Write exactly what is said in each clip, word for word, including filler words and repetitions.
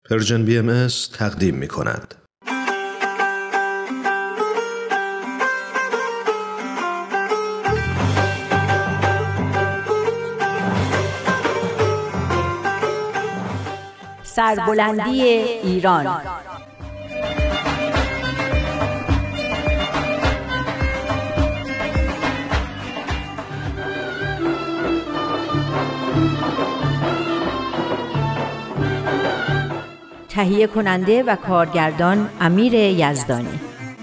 پرژن بی ام اس تقدیم می کند. سربلندی ایران. تهیه کننده و کارگردان امیر یزدانی.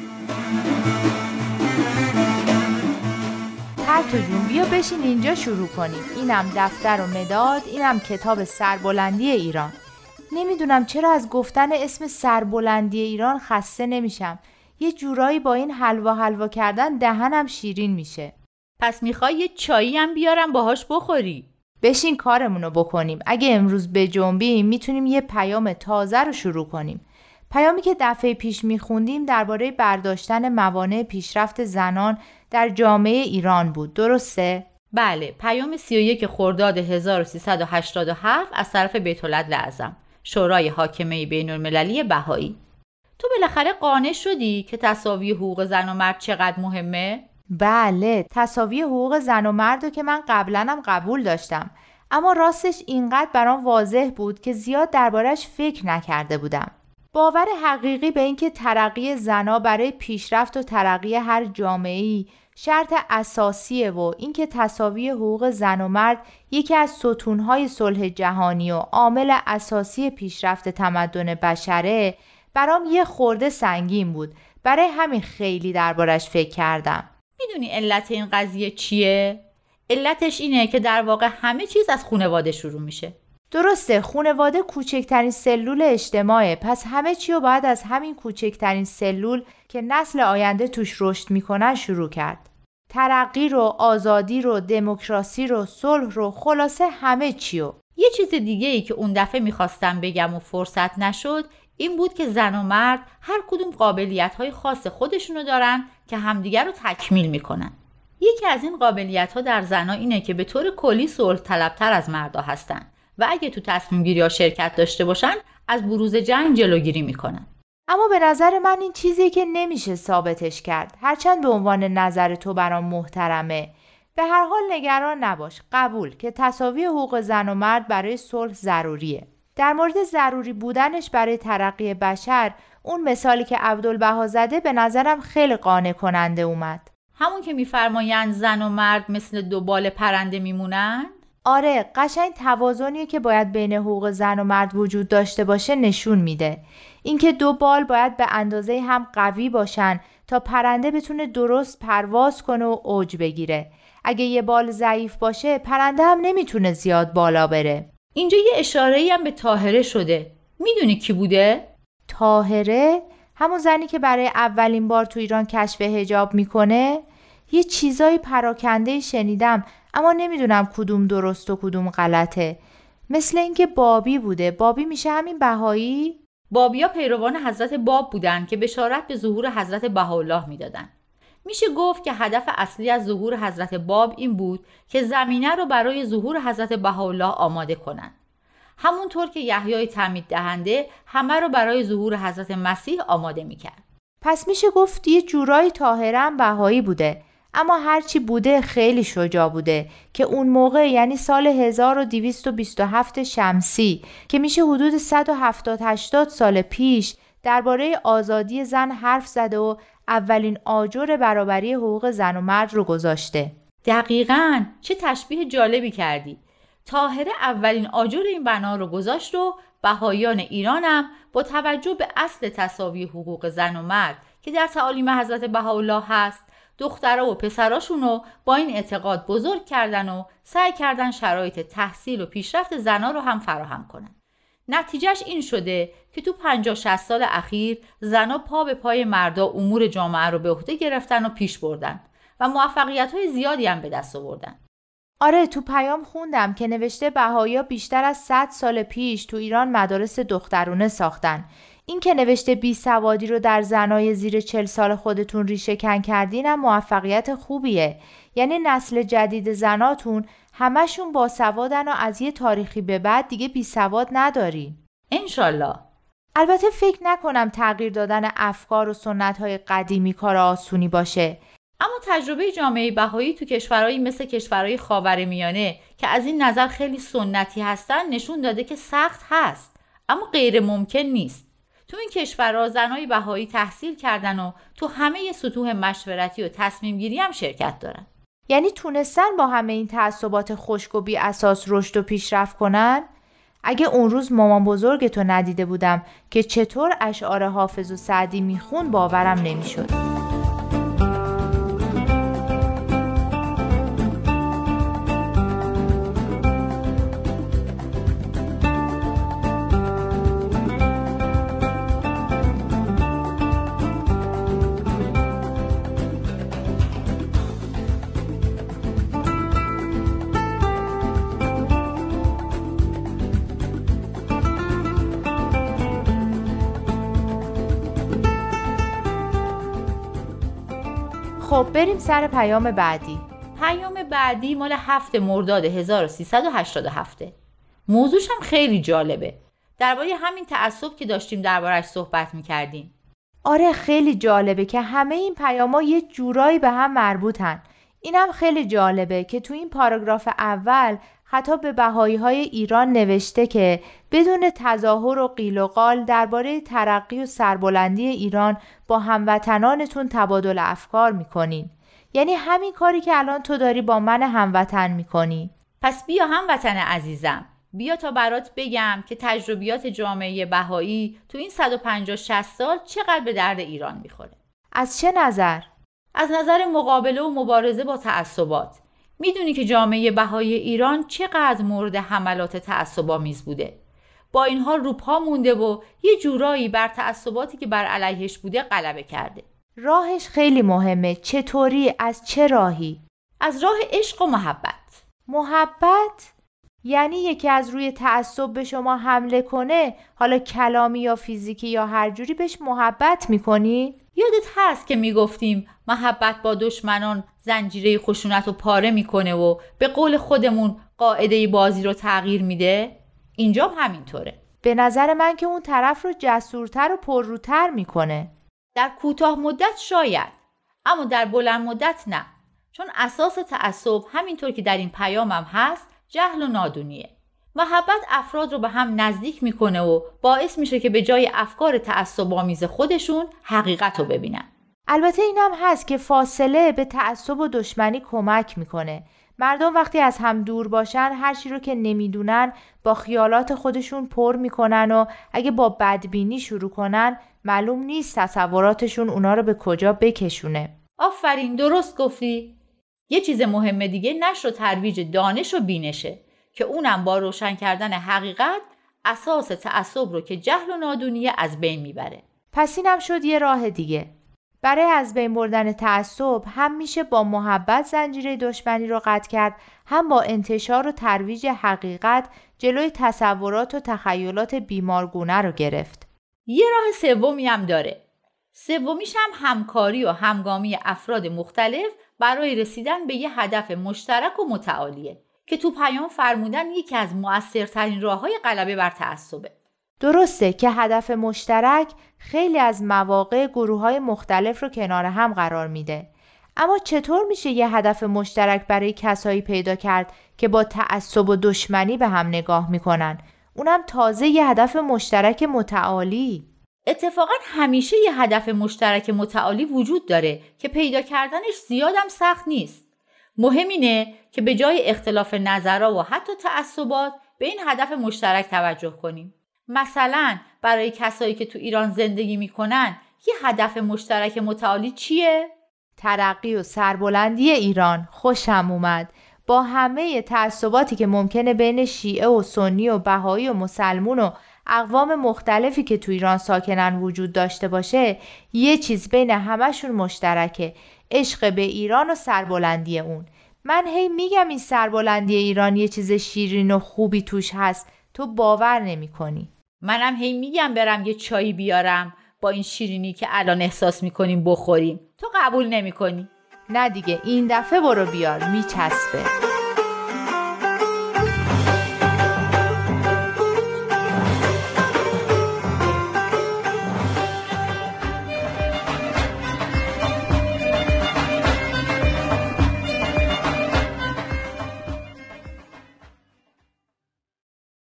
پرتو جون بیا بشین اینجا شروع کنیم. اینم دفتر و مداد، اینم کتاب سربلندی ایران. نمیدونم چرا از گفتن اسم سربلندی ایران خسته نمیشم. یه جورایی با این حلوا حلوا کردن دهنم شیرین میشه. پس میخوای یه چایی هم بیارم باهاش بخوری؟ بشین کارمونو بکنیم. اگه امروز بجنبیم میتونیم یه پیام تازه رو شروع کنیم. پیامی که دفعه پیش میخوندیم درباره برداشتن موانع پیشرفت زنان در جامعه ایران بود، درسته؟ بله، پیام سی و یک خرداد هزار و سیصد و هشتاد و هفت از طرف بیت‌العدل اعظم، شورای حاکمه بین‌المللی بهایی. تو بالاخره قانع شدی که تساوی حقوق زن و مرد چقدر مهمه؟ بله، تساوی حقوق زن و مرد رو که من قبلا هم قبول داشتم، اما راستش اینقدر برام واضح بود که زیاد دربارش فکر نکرده بودم. باور حقیقی به اینکه ترقی زن‌ها برای پیشرفت و ترقی هر جامعه‌ای شرط اساسیه و اینکه تساوی حقوق زن و مرد یکی از ستون‌های صلح جهانی و عامل اساسی پیشرفت تمدن بشره برام یه خورده سنگین بود. برای همین خیلی دربارش فکر کردم. میدونی علت این قضیه چیه؟ علتش اینه که در واقع همه چیز از خانواده شروع میشه. درسته، خانواده کوچکترین سلول اجتماعه، پس همه چی رو باید از همین کوچکترین سلول که نسل آینده توش رشد میکنن شروع کرد. ترقی رو، آزادی رو، دموکراسی رو، صلح رو، خلاصه همه چی رو. یه چیز دیگه ای که اون دفعه میخواستم بگم و فرصت نشد این بود که زن و مرد هر کدوم قابلیت‌های خاص خودشونو دارن که همدیگر رو تکمیل میکنن. یکی از این قابلیت‌ها در زن‌ها اینه که به طور کلی صلح طلبتر از مردا هستن و اگه تو تصمیم گیری ها شرکت داشته باشن از بروز جنگ جلوگیری میکنن. اما به نظر من این چیزی که نمیشه ثابتش کرد، هرچند به عنوان نظر تو برام محترمه. به هر حال نگران نباش، قبول که تساوی حقوق زن و مرد برای صلح ضروریه. در مورد ضروری بودنش برای ترقی بشر، اون مثالی که عبدالبها زده به نظرم خیلی قانع کننده اومد. همون که میفرمایند زن و مرد مثل دو بال پرنده میمونن؟ آره، قشنگ توازنیه که باید بین حقوق زن و مرد وجود داشته باشه نشون میده. اینکه دو بال باید به اندازه هم قوی باشن تا پرنده بتونه درست پرواز کنه و اوج بگیره. اگه یه بال ضعیف باشه پرنده هم نمیتونه زیاد بالا بره. اینجا یه اشاره‌ای هم به طاهره شده. میدونی کی بوده؟ طاهره؟ همون زنی که برای اولین بار تو ایران کشف حجاب میکنه؟ یه چیزای پراکنده شنیدم اما نمیدونم کدوم درست و کدوم غلطه. مثل اینکه بابی بوده. بابی میشه همین بهایی؟ بابیا پیروان حضرت باب بودن که بشارت به ظهور حضرت بهاءالله میدادن. میشه گفت که هدف اصلی از ظهور حضرت باب این بود که زمینه رو برای ظهور حضرت بهاءالله آماده کنن. همونطور که یحیای تعمید دهنده همه رو برای ظهور حضرت مسیح آماده میکرد. پس میشه گفت یه جورایی طاهره هم بهایی بوده. اما هرچی بوده خیلی شجاع بوده که اون موقع یعنی سال هزار و دویست و بیست و هفت شمسی که میشه حدود صد و هفتاد هشتاد سال پیش درباره آزادی زن حرف زده و اولین آجر برابری حقوق زن و مرد رو گذاشته. دقیقاً، چه تشبیه جالبی کردی. طاهره اولین آجر این بنا رو گذاشت و بهاییان ایران هم با توجه به اصل تساوی حقوق زن و مرد که در تعالیم حضرت بهاءالله هست، دخترها و پسراشون رو با این اعتقاد بزرگ کردن و سعی کردن شرایط تحصیل و پیشرفت زنها رو هم فراهم کنن. نتیجهش این شده که تو پنجاه شصت سال اخیر زنها پا به پای مردا امور جامعه رو به عهده گرفتن و پیش بردن و موفقیت‌های زیادی هم به دست آوردن. آره، تو پیام خوندم که نوشته بهایی‌ها بیشتر از صد سال پیش تو ایران مدارس دخترونه ساختن. این که نوشته بیسوادی رو در زنای زیر چهل سال خودتون ریشه کن کردین هم موفقیت خوبیه. یعنی نسل جدید زناتون همشون باسوادن و از یه تاریخی به بعد دیگه بیسواد ندارین. انشالله. البته فکر نکنم تغییر دادن افکار و سنت‌های قدیمی کار آسونی باشه. اما تجربه جامعه بهایی تو کشورهایی مثل کشورهای خاورمیانه که از این نظر خیلی سنتی هستن نشون داده که سخت هست، اما غیر ممکن نیست. تو این کشورها زنای بهایی تحصیل کردن و تو همه سطوح مشورتی و تصمیم گیری هم شرکت دارن. یعنی تونستن با همه این تعصبات خشک و بی اساس رشد و پیشرفت کنن؟ اگه اون روز مامان بزرگتو ندیده بودم که چطور اشعار حافظ و سعدی میخون باورم نمیشد. خب بریم سر پیام بعدی. پیام بعدی مال هفت مرداد هزار و سیصد و هشتاد و هفت. موضوعش هم خیلی جالبه. درباره همین تعصب که داشتیم درباره‌اش صحبت می‌کردیم. آره خیلی جالبه که همه این پیام‌ها یه جورایی به هم مربوطن. اینم خیلی جالبه که تو این پاراگراف اول خطاب به بهایی‌های ایران نوشته که بدون تظاهر و قیل و قال درباره ترقی و سربلندی ایران با هموطنانتون تبادل افکار میکنین. یعنی همین کاری که الان تو داری با من هموطن میکنی. پس بیا هموطن عزیزم، بیا تا برات بگم که تجربیات جامعه بهایی تو این صد و پنجاه شصت سال چقدر به درد ایران میخوره. از چه نظر؟ از نظر مقابله و مبارزه با تعصبات. میدونی که جامعه بهایی ایران چقدر مورد حملات تعصب‌آمیز بوده. با این حال رو پا مونده و یه جورایی بر تعصباتی که بر علیهش بوده غلبه کرده. راهش خیلی مهمه. چطوری؟ از چه راهی؟ از راه عشق و محبت. محبت؟ یعنی یکی از روی تعصب به شما حمله کنه، حالا کلامی یا فیزیکی یا هر جوری بهش محبت میکنی؟ یادت هست که میگفتیم محبت با دشمنان زنجیره خشونت رو پاره میکنه و به قول خودمون قاعده بازی رو تغییر میده؟ اینجا هم همینطوره. به نظر من که اون طرف رو جسورتر و پرروتر میکنه. در کوتاه مدت شاید، اما در بلند مدت نه. چون اساس تعصب همینطور که در این پیامم هست جهل و نادونیه. محبت افراد رو به هم نزدیک میکنه و باعث میشه که به جای افکار تعصب‌آمیز خودشون حقیقت رو ببینن. البته اینم هست که فاصله به تعصب و دشمنی کمک میکنه. مردم وقتی از هم دور باشن هر چی رو که نمیدونن با خیالات خودشون پر میکنن و اگه با بدبینی شروع کنن معلوم نیست تصوراتشون اونا رو به کجا بکشونه. آفرین، درست گفتی. یه چیز مهم دیگه نشر و ترویج دانش و بینشه که اونم با روشن کردن حقیقت اساس تعصب رو که جهل و نادونیه از بین میبره. پس اینم شد یه راه دیگه. برای از بین بردن تعصب هم میشه با محبت زنجیره دشمنی رو قطع کرد، هم با انتشار و ترویج حقیقت جلوی تصورات و تخیلات بیمارگونه رو گرفت. یه راه سومی هم داره. سومیش هم همکاری و همگامی افراد مختلف برای رسیدن به یه هدف مشترک و متعالیه که تو پیام فرمودن یکی از مؤثرترین راه‌های غلبه بر تعصبه. درسته که هدف مشترک خیلی از مواقع گروه‌های مختلف رو کنار هم قرار میده. اما چطور میشه یه هدف مشترک برای کسایی پیدا کرد که با تعصب و دشمنی به هم نگاه میکنن؟ اونم تازه یه هدف مشترک متعالی. اتفاقا همیشه یه هدف مشترک متعالی وجود داره که پیدا کردنش زیادم سخت نیست. مهم اینه که به جای اختلاف نظرها و حتی تعصبات به این هدف مشترک توجه کنیم. مثلا برای کسایی که تو ایران زندگی میکنن یه هدف مشترک متعالی چیه؟ ترقی و سربلندی ایران. خوشم اومد. با همه تعصباتی که ممکنه بین شیعه و سنی و بهایی و مسلمون و اقوام مختلفی که تو ایران ساکنن وجود داشته باشه، یه چیز بین همشون مشترکه: عشق به ایران و سربلندی اون. من هی میگم این سربلندی ایران یه چیز شیرین و خوبی توش هست، تو باور نمی کنی. منم هی میگم برم یه چایی بیارم با این شیرینی که الان احساس میکنیم بخوریم، تو قبول نمی کنی. نه دیگه، این دفعه برو بیار، میچسبه.